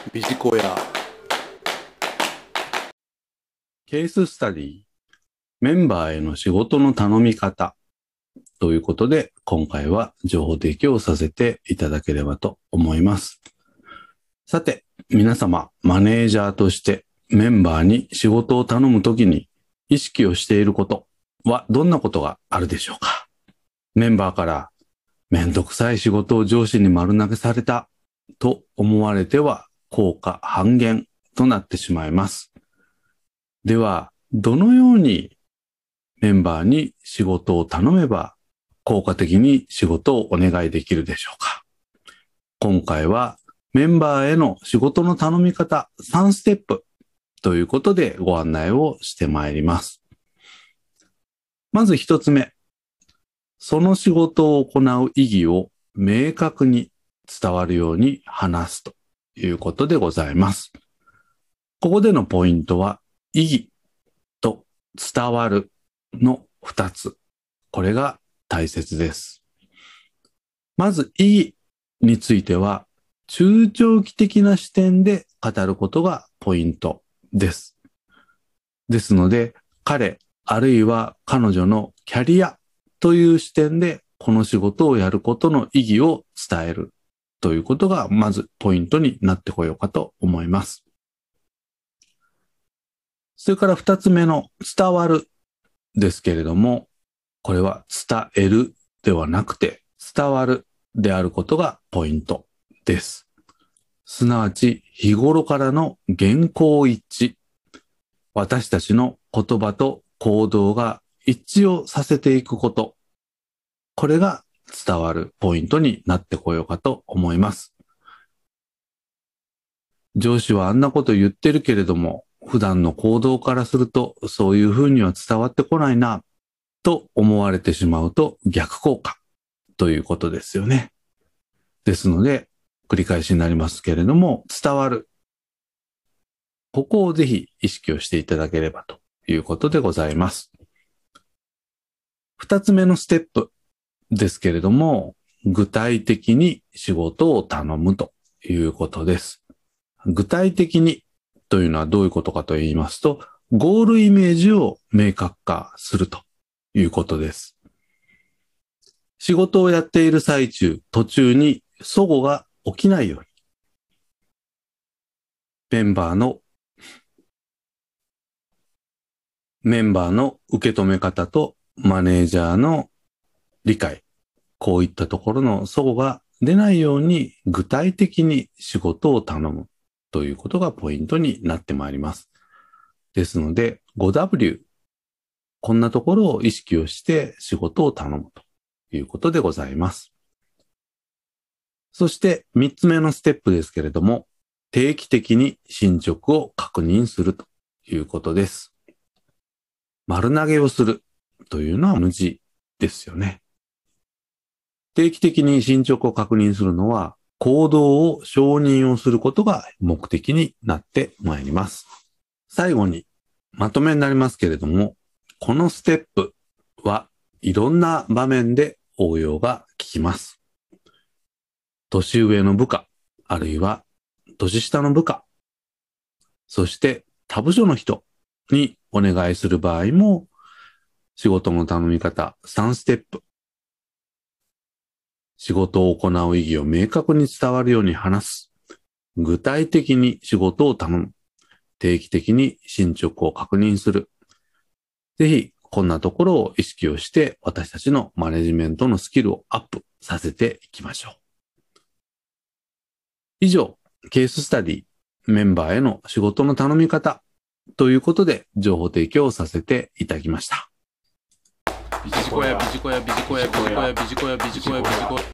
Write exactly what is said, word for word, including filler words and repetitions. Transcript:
ビジコヤケーススタディメンバーへの仕事の頼み方ということで、今回は情報提供をさせていただければと思います。さて、皆様、マネージャーとしてメンバーに仕事を頼むときに意識をしていることはどんなことがあるでしょうか。メンバーからめんどくさい仕事を上司に丸投げされたと思われては効果半減となってしまいます。では、どのようにメンバーに仕事を頼めば効果的に仕事をお願いできるでしょうか。今回はメンバーへの仕事の頼み方さんステップということでご案内をしてまいります。まず一つ目、その仕事を行う意義を明確に伝わるように話すということでございます。ここでのポイントは意義と伝わるの二つ。これが大切です。まず意義については中長期的な視点で語ることがポイントです。ですので、彼あるいは彼女のキャリアという視点でこの仕事をやることの意義を伝えるということがまずポイントになってこようかと思います。それから二つ目の伝わるですけれども、これは伝えるではなくて伝わるであることがポイントです。すなわち日頃からの言行一致、私たちの言葉と行動が一致をさせていくこと、これが伝わるポイントになってこようかと思います。上司はあんなこと言ってるけれども、普段の行動からするとそういうふうには伝わってこないなと思われてしまうと逆効果ということですよね。ですので繰り返しになりますけれども、伝わる。ここをぜひ意識をしていただければということでございます。二つ目のステップですけれども、具体的に仕事を頼むということです。具体的にというのはどういうことかと言いますと、ゴールイメージを明確化するということです。仕事をやっている最中、途中に齟齬が起きないように、メンバーのメンバーの受け止め方とマネージャーの理解、こういったところの齟齬が出ないように具体的に仕事を頼むということがポイントになってまいります。ですので ファイブダブリュー、こんなところを意識をして仕事を頼むということでございます。そして三つ目のステップですけれども、定期的に進捗を確認するということです。丸投げをするというのは無事ですよね。定期的に進捗を確認するのは行動を承認をすることが目的になってまいります。最後にまとめになりますけれども、このステップはいろんな場面で応用が効きます。年上の部下、あるいは年下の部下、そして他部署の人にお願いする場合も、仕事の頼み方さんステップ。仕事を行う意義を明確に伝わるように話す。具体的に仕事を頼む。定期的に進捗を確認する。ぜひ、こんなところを意識をして私たちのマネジメントのスキルをアップさせていきましょう。以上、ケーススタディ、メンバーへの仕事の頼み方ということで情報提供をさせていただきました。 ビジコヤビジコヤビジコヤビジコヤビジコヤビジコヤビジコヤ